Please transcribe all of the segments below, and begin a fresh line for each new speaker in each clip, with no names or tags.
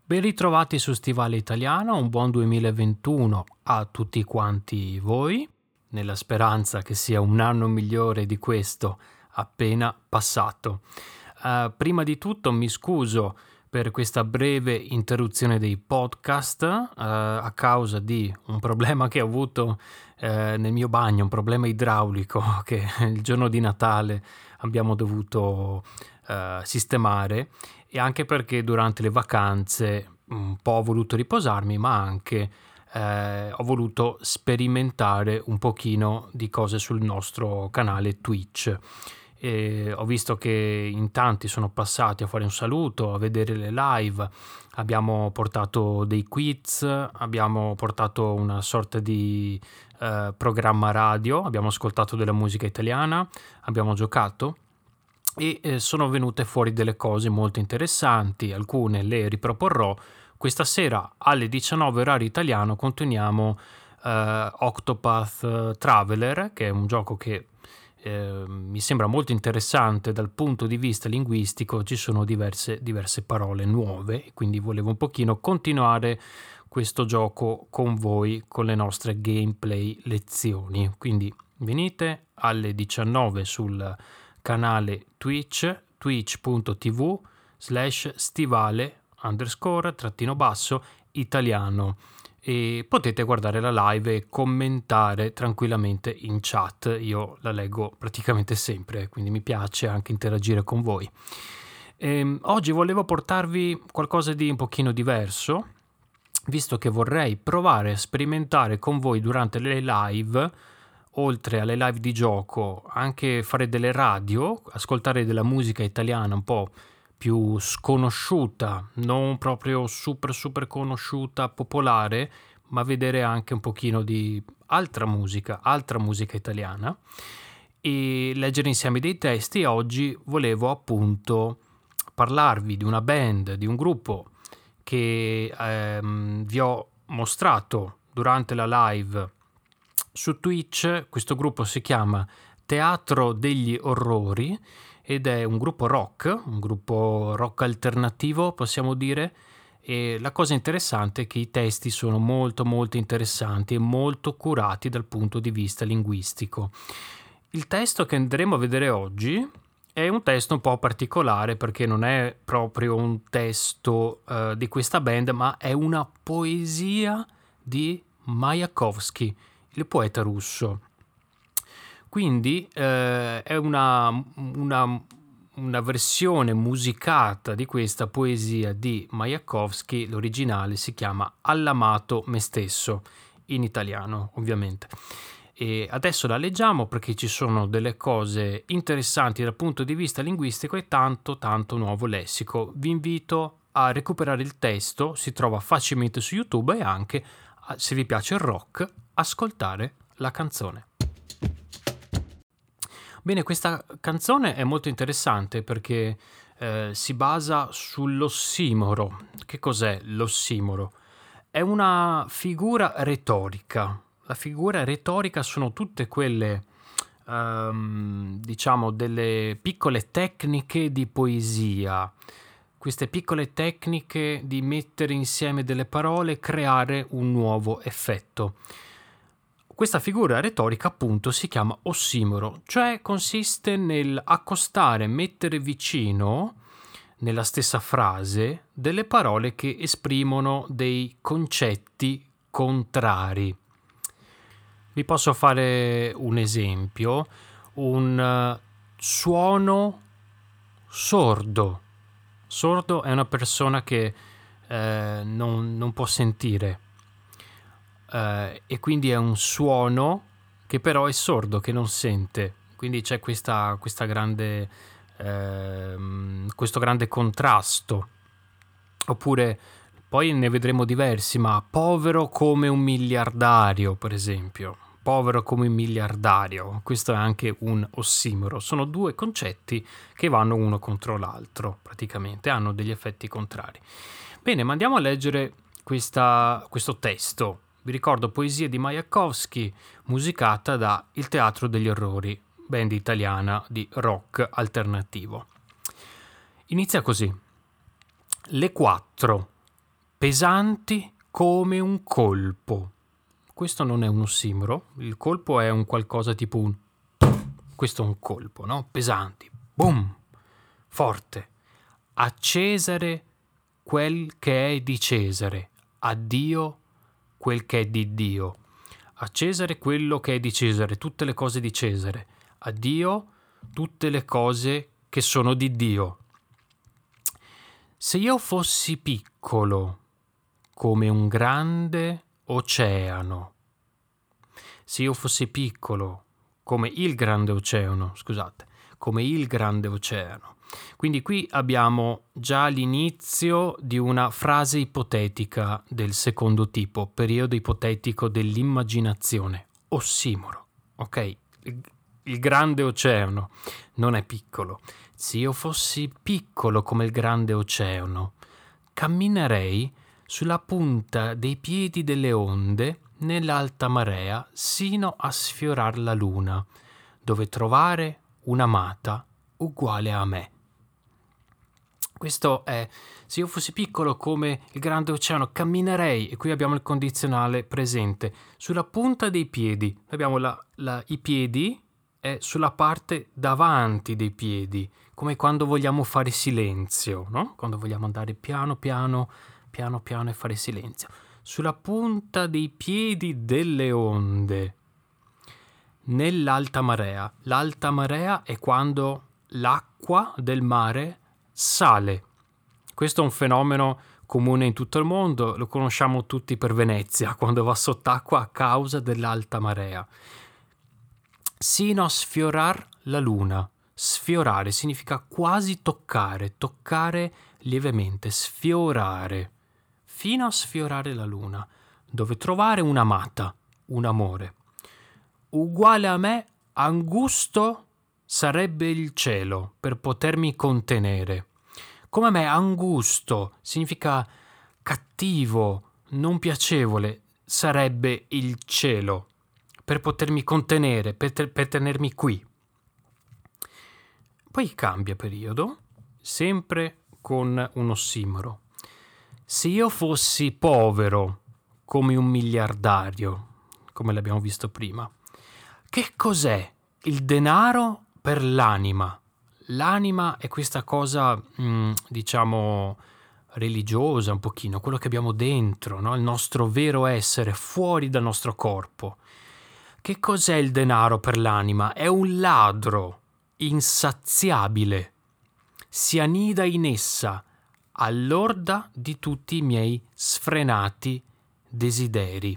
Ben ritrovati su Stivale Italiano, un buon 2021 a tutti quanti voi, nella speranza che sia un anno migliore di questo appena passato. Prima di tutto mi scuso per questa breve interruzione dei podcast a causa di un problema che ho avuto nel mio bagno, un problema idraulico che il giorno di Natale abbiamo dovuto sistemare, e anche perché durante le vacanze un po' ho voluto riposarmi, ma anche ho voluto sperimentare un pochino di cose sul nostro canale Twitch. E ho visto che in tanti sono passati a fare un saluto, a vedere le live, abbiamo portato dei quiz, abbiamo portato una sorta di programma radio, abbiamo ascoltato della musica italiana, abbiamo giocato e sono venute fuori delle cose molto interessanti, alcune le riproporrò. Questa sera alle 19 orario italiano continuiamo Octopath Traveler, che è un gioco che mi sembra molto interessante dal punto di vista linguistico. Ci sono diverse parole nuove, quindi volevo un pochino continuare questo gioco con voi, con le nostre gameplay lezioni. Quindi venite alle 19 sul canale Twitch, twitch.tv/stivale_italiano, e potete guardare la live e commentare tranquillamente in chat. Io la leggo praticamente sempre, quindi mi piace anche interagire con voi. Oggi volevo portarvi qualcosa di un pochino diverso, visto che vorrei provare a sperimentare con voi durante le live, oltre alle live di gioco, anche fare delle radio, ascoltare della musica italiana un po' più sconosciuta, non proprio super conosciuta, popolare, ma vedere anche un pochino di altra musica italiana, e leggere insieme dei testi. E oggi volevo appunto parlarvi di una band, di un gruppo che vi ho mostrato durante la live su Twitch. Questo gruppo si chiama Teatro degli Orrori ed è un gruppo rock alternativo, possiamo dire. E la cosa interessante è che i testi sono molto interessanti e molto curati dal punto di vista linguistico. Il testo che andremo a vedere oggi è un testo un po' particolare, perché non è proprio un testo di questa band, ma è una poesia di Mayakovsky, il poeta russo. Quindi è una versione musicata di questa poesia di Mayakovsky. L'originale si chiama All'amato me stesso, in italiano ovviamente. E adesso la leggiamo perché ci sono delle cose interessanti dal punto di vista linguistico e tanto nuovo lessico. Vi invito a recuperare il testo, si trova facilmente su YouTube, e anche, se vi piace il rock, ascoltare la canzone. Bene, questa canzone è molto interessante perché si basa sull'ossimoro. Che cos'è l'ossimoro? È una figura retorica. La figura retorica sono tutte quelle, diciamo, delle piccole tecniche di poesia. Queste piccole tecniche di mettere insieme delle parole e creare un nuovo effetto. Questa figura retorica appunto si chiama ossimoro, cioè consiste nel accostare, mettere vicino nella stessa frase delle parole che esprimono dei concetti contrari. Vi posso fare un esempio: un suono sordo. Sordo è una persona che non può sentire. E quindi è un suono che però è sordo, che non sente. Quindi c'è questa grande, questo grande contrasto. Oppure poi ne vedremo diversi, ma povero come un miliardario, per esempio. Povero come un miliardario, questo è anche un ossimoro. Sono due concetti che vanno uno contro l'altro, praticamente hanno degli effetti contrari. Bene, ma andiamo a leggere questo testo. Vi ricordo, poesia di Mayakovsky, musicata da Il Teatro degli Orrori, band italiana di rock alternativo. Inizia così. Le 4. pesanti come un colpo. Questo non è un ossimoro, il colpo è un qualcosa tipo un... Questo è un colpo, no? Pesanti, boom, forte. A Cesare quel che è di Cesare, a Dio quel che è di Dio. A Cesare quello che è di Cesare, tutte le cose di Cesare. A Dio tutte le cose che sono di Dio. Se io fossi piccolo come un grande oceano, se io fossi piccolo come il grande oceano, scusate, come il grande oceano. Quindi qui abbiamo già l'inizio di una frase ipotetica del secondo tipo, periodo ipotetico dell'immaginazione, ossimoro, ok? Il grande oceano non è piccolo. Se io fossi piccolo come il grande oceano, camminerei sulla punta dei piedi delle onde nell'alta marea sino a sfiorar la luna, dove trovare un'amata uguale a me. Questo è, se io fossi piccolo come il grande oceano, camminerei, e qui abbiamo il condizionale presente, sulla punta dei piedi. Abbiamo i piedi è sulla parte davanti dei piedi, come quando vogliamo fare silenzio, no? Quando vogliamo andare piano piano e fare silenzio. Sulla punta dei piedi delle onde, nell'alta marea. L'alta marea è quando l'acqua del mare sale. Questo è un fenomeno comune in tutto il mondo, lo conosciamo tutti per Venezia, quando va sott'acqua a causa dell'alta marea. Sino a sfiorar la luna. Sfiorare significa quasi toccare, toccare lievemente, sfiorare. Fino a sfiorare la luna, dove trovare un'amata, un amore. Uguale a me, angusto sarebbe il cielo per potermi contenere. Come me, angusto significa cattivo, non piacevole, sarebbe il cielo per potermi contenere, per tenermi qui. Poi cambia periodo, sempre con un ossimoro. Se io fossi povero come un miliardario, come l'abbiamo visto prima, che cos'è il denaro per l'anima? L'anima è questa cosa, diciamo, religiosa un pochino, quello che abbiamo dentro, no? Il nostro vero essere fuori dal nostro corpo. Che cos'è il denaro per l'anima? È un ladro insaziabile. Si annida in essa, all'orda di tutti i miei sfrenati desideri.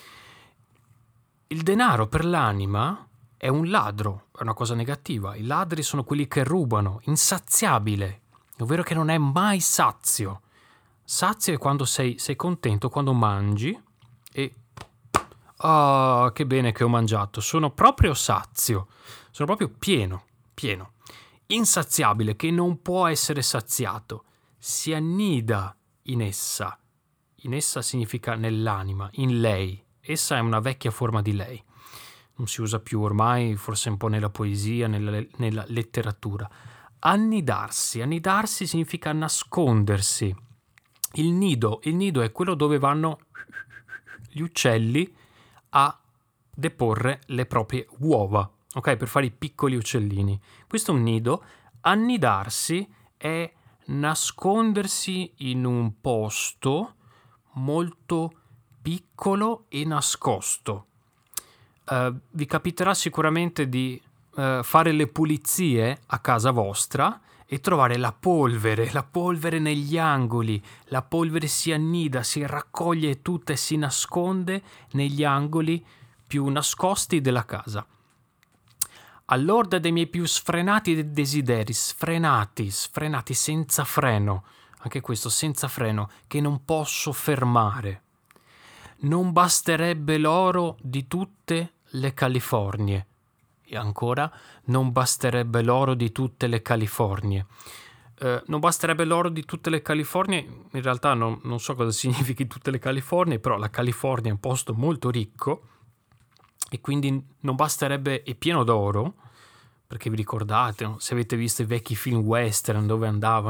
Il denaro per l'anima è un ladro, è una cosa negativa. I ladri sono quelli che rubano, insaziabile, ovvero che non è mai sazio. Sazio è quando sei contento, quando mangi e... Ah, che bene che ho mangiato, sono proprio sazio, sono proprio pieno. Insaziabile, che non può essere saziato. Si annida in essa. In essa significa nell'anima, in lei. Essa è una vecchia forma di lei. Non si usa più ormai, forse un po' nella poesia, nella letteratura. Annidarsi significa nascondersi. Il nido è quello dove vanno gli uccelli a deporre le proprie uova, ok? Per fare i piccoli uccellini. Questo è un nido. Annidarsi è nascondersi in un posto molto piccolo e nascosto. Vi capiterà sicuramente di fare le pulizie a casa vostra e trovare la polvere negli angoli. La polvere si annida, si raccoglie tutta e si nasconde negli angoli più nascosti della casa. All'orda dei miei più sfrenati desideri, sfrenati senza freno, anche questo senza freno, che non posso fermare. Non basterebbe l'oro di tutte le Californie. E ancora, non basterebbe l'oro di tutte le Californie. Non basterebbe l'oro di tutte le Californie, in realtà non so cosa significhi tutte le Californie, però la California è un posto molto ricco e quindi non basterebbe, è pieno d'oro, perché vi ricordate, no? Se avete visto i vecchi film western dove andavano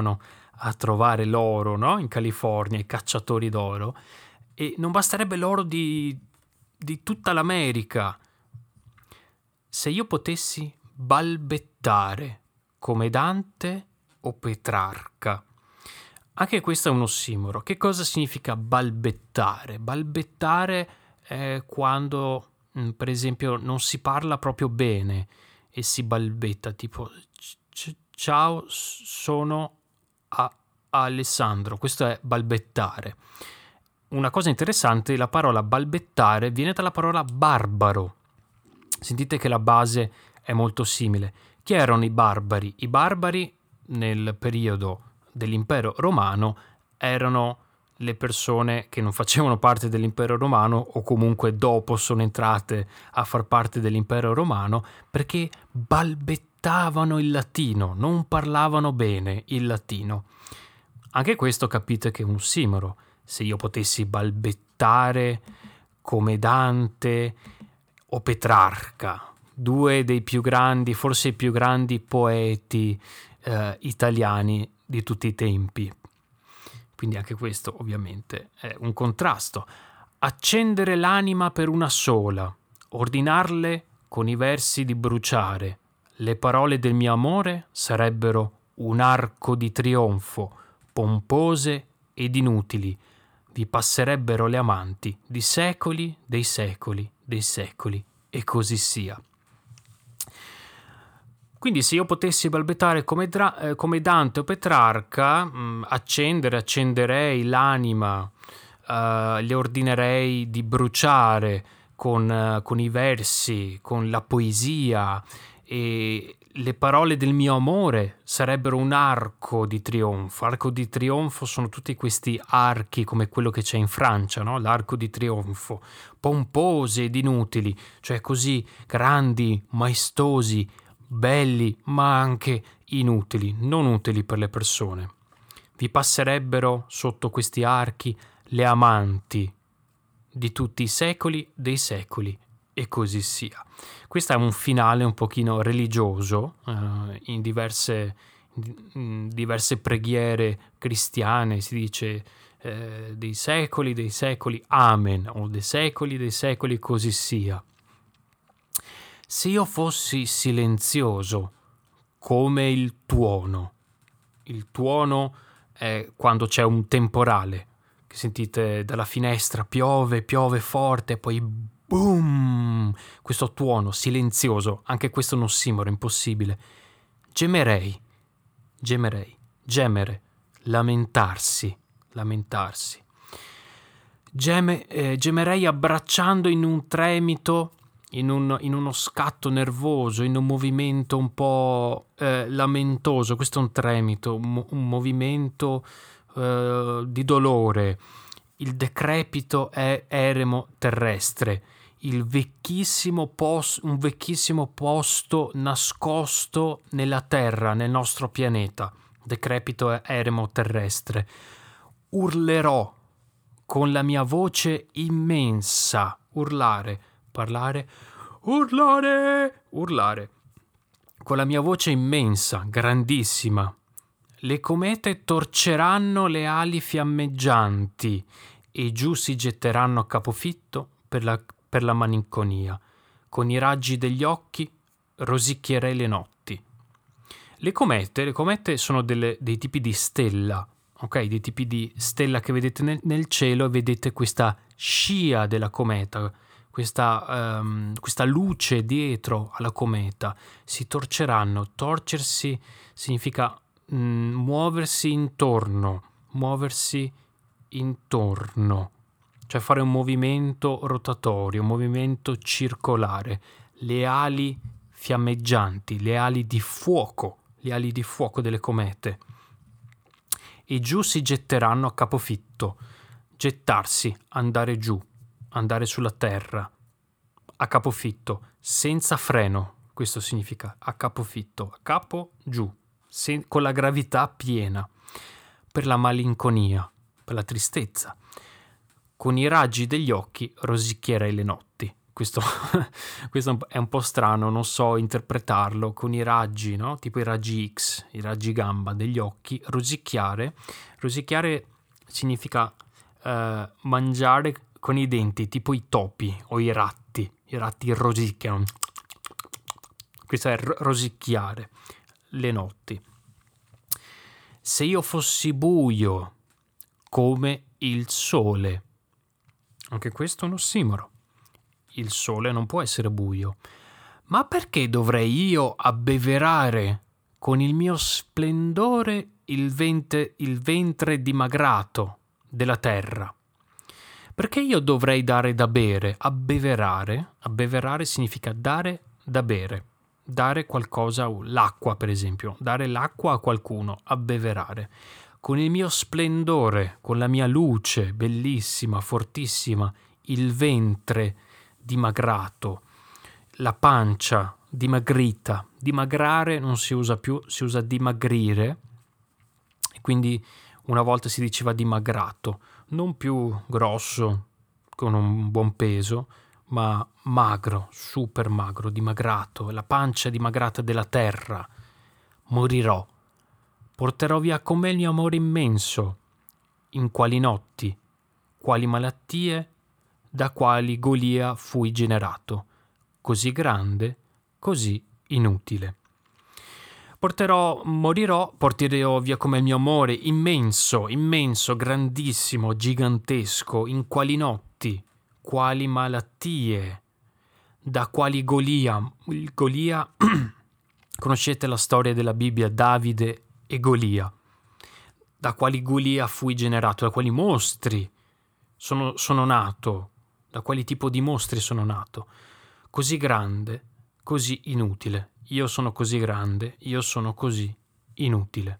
a trovare l'oro, no? In California, i cacciatori d'oro, e non basterebbe l'oro di tutta l'America. Se io potessi balbettare come Dante o Petrarca. Anche questo è un ossimoro. Che cosa significa balbettare? Balbettare è quando, per esempio, non si parla proprio bene e si balbetta, tipo ciao, sono Alessandro. Questo è balbettare. Una cosa interessante, la parola balbettare viene dalla parola barbaro. Sentite che la base è molto simile. Chi erano i barbari? I barbari nel periodo dell'impero romano erano le persone che non facevano parte dell'impero romano o comunque dopo sono entrate a far parte dell'impero romano perché balbettavano il latino, non parlavano bene il latino. Anche questo capite che è un ossimoro. Se io potessi balbettare come Dante o Petrarca, due dei più grandi, forse i più grandi poeti italiani di tutti i tempi. Quindi anche questo ovviamente è un contrasto. Accendere l'anima per una sola, ordinarle con i versi di bruciare. Le parole del mio amore sarebbero un arco di trionfo, pompose ed inutili. Vi passerebbero le amanti di secoli, dei secoli, dei secoli, e così sia. Quindi se io potessi balbettare come Dante o Petrarca, accenderei l'anima, le ordinerei di bruciare con i versi, con la poesia, e le parole del mio amore sarebbero un arco di trionfo. Arco di trionfo sono tutti questi archi come quello che c'è in Francia, no? L'arco di trionfo, pompose ed inutili, cioè così grandi, maestosi, belli, ma anche inutili, non utili per le persone. Vi passerebbero sotto questi archi le amanti di tutti i secoli dei secoli, e così sia. Questo è un finale un pochino religioso, in diverse preghiere cristiane si dice dei secoli, amen, o dei secoli, così sia. Se io fossi silenzioso come il tuono è quando c'è un temporale, che sentite dalla finestra, piove forte, e poi boom, questo tuono silenzioso, anche questo è un ossimoro impossibile. Gemere, lamentarsi. Gemerei abbracciando in un tremito, in uno scatto nervoso, in un movimento un po' lamentoso. Questo è un tremito, un movimento di dolore. Il decrepito è eremo terrestre, un vecchissimo posto nascosto nella terra, nel nostro pianeta. Decrepito è eremo terrestre. Urlerò con la mia voce immensa, urlare, parlare, urlare, con la mia voce immensa, grandissima. Le comete torceranno le ali fiammeggianti e giù si getteranno a capofitto per la malinconia. Con i raggi degli occhi rosicchierei le notti. Le comete sono dei tipi di stella, ok? Dei tipi di stella che vedete nel cielo, e vedete questa scia della cometa, questa luce dietro alla cometa. Si torceranno. Torcersi significa muoversi intorno, cioè fare un movimento rotatorio, un movimento circolare. Le ali fiammeggianti, le ali di fuoco delle comete. E giù si getteranno a capofitto. Gettarsi, andare giù, andare sulla terra, a capofitto, senza freno. Questo significa a capofitto, a capo, giù, con la gravità piena, per la malinconia, per la tristezza. Con i raggi degli occhi rosicchierei le notti. questo, questo è un po' strano, non so interpretarlo, con i raggi, no? Tipo i raggi X, i raggi gamma degli occhi, rosicchiare. Rosicchiare significa mangiare con i denti, tipo i topi o i ratti rosicchiano. Questo è rosicchiare le notti. Se io fossi buio come il sole, anche questo è un ossimoro. Il sole non può essere buio. Ma perché dovrei io abbeverare con il mio splendore il ventre dimagrato della terra? Perché io dovrei dare da bere? Abbeverare significa dare da bere. Dare qualcosa, l'acqua per esempio, dare l'acqua a qualcuno, abbeverare. Con il mio splendore, con la mia luce bellissima, fortissima, il ventre dimagrato, la pancia dimagrita. Dimagrare non si usa più, si usa dimagrire, e quindi una volta si diceva dimagrato, non più grosso, con un buon peso, ma magro, super magro, dimagrato, la pancia dimagrata della terra. Morirò. Porterò via con me il mio amore immenso. In quali notti, quali malattie, da quali Golia fui generato, così grande, così inutile. Morirò, porterò via come il mio amore immenso, immenso, grandissimo, gigantesco, in quali notti, quali malattie, da quali Golia. Golia, conoscete la storia della Bibbia, Davide e Golia. Da quali Golia fui generato, da quali mostri sono nato, da quali tipo di mostri sono nato. Così grande, così inutile. Io sono così grande, io sono così inutile.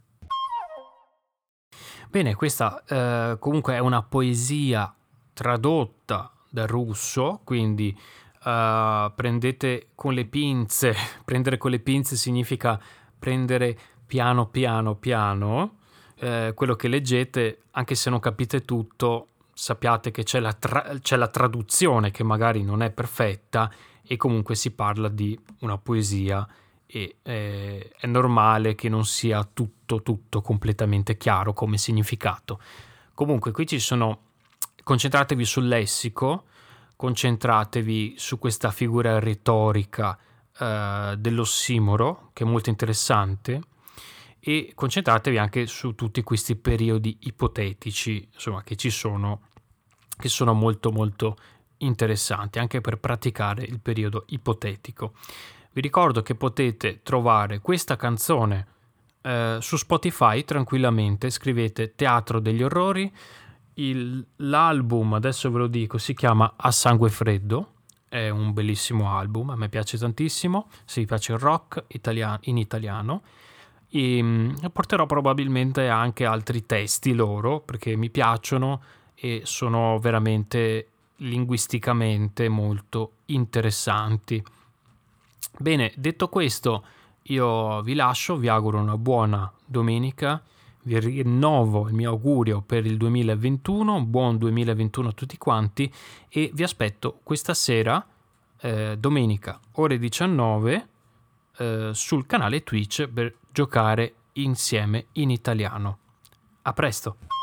Bene, questa comunque è una poesia tradotta dal russo, quindi prendete con le pinze. Prendere con le pinze significa prendere piano piano piano quello che leggete, anche se non capite tutto, sappiate che c'è la traduzione che magari non è perfetta e comunque si parla di una poesia e è normale che non sia tutto completamente chiaro come significato. Comunque qui ci sono, concentratevi sul lessico, concentratevi su questa figura retorica dell'ossimoro, che è molto interessante, e concentratevi anche su tutti questi periodi ipotetici, insomma, che ci sono, che sono molto molto interessanti anche per praticare il periodo ipotetico. Vi ricordo che potete trovare questa canzone su Spotify tranquillamente, scrivete Teatro degli Orrori, l'album, adesso ve lo dico, si chiama A Sangue Freddo, è un bellissimo album, a me piace tantissimo, se vi piace il rock in italiano, e porterò probabilmente anche altri testi loro perché mi piacciono e sono veramente linguisticamente molto interessanti. Bene, detto questo, io vi lascio, vi auguro una buona domenica, vi rinnovo il mio augurio per il 2021, un buon 2021 a tutti quanti e vi aspetto questa sera, domenica, ore 19, sul canale Twitch per giocare insieme in italiano. A presto!